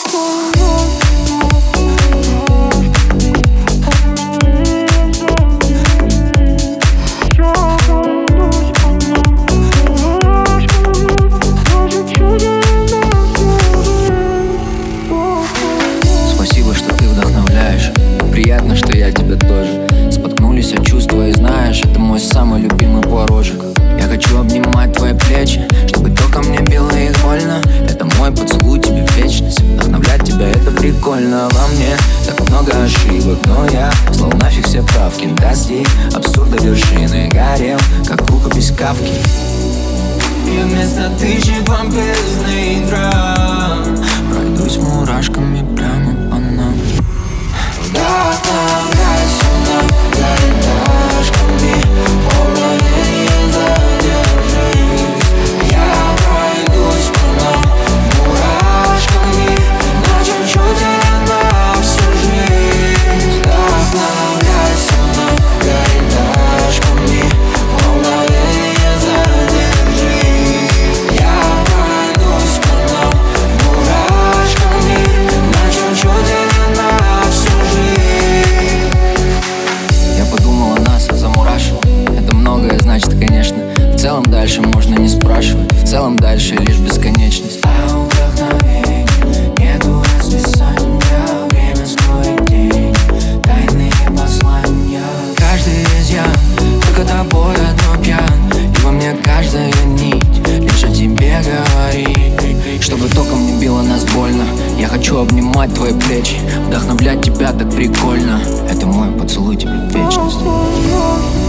Спасибо, что ты вдохновляешь. Приятно, что я тебя тоже. Споткнулись от чувства и знаешь, это мой самый любимый порожек. Я хочу обнимать твои плечи, чтобы током мне било их больно. Это мой поцелуй тебе в вечность. Вдохновлять тебя это прикольно. Во мне так много ошибок, но я слал нафиг все правки. Достиг абсурда вершины, горел, как рукопись Кафки. И вместо тысячи помпезных драм пройдусь мурашками прямо по нам. Вдохновляйся многоэтажками, мгновение задержись. Я пройдусь по нам мурашками, на чуть-чуть или на всю жизнь. Вдохновляйся многоэтажками, мгновение задержись. Я пройдусь по нам мурашками, на чуть-чуть или на всю жизнь. Я подумал о нас, замурашил. Это многое значит, конечно. В целом дальше можно не спрашивать. В целом дальше лишь бесконечность. А у вдохновений нету расписания. Время скроет день, тайные послания. Каждый изъян, только тобой одно пьян. И во мне каждая нить лишь о тебе говорит. Чтобы током не било нас больно. Я хочу обнимать твои плечи, вдохновлять тебя так прикольно. Это мой поцелуй тебе в вечность.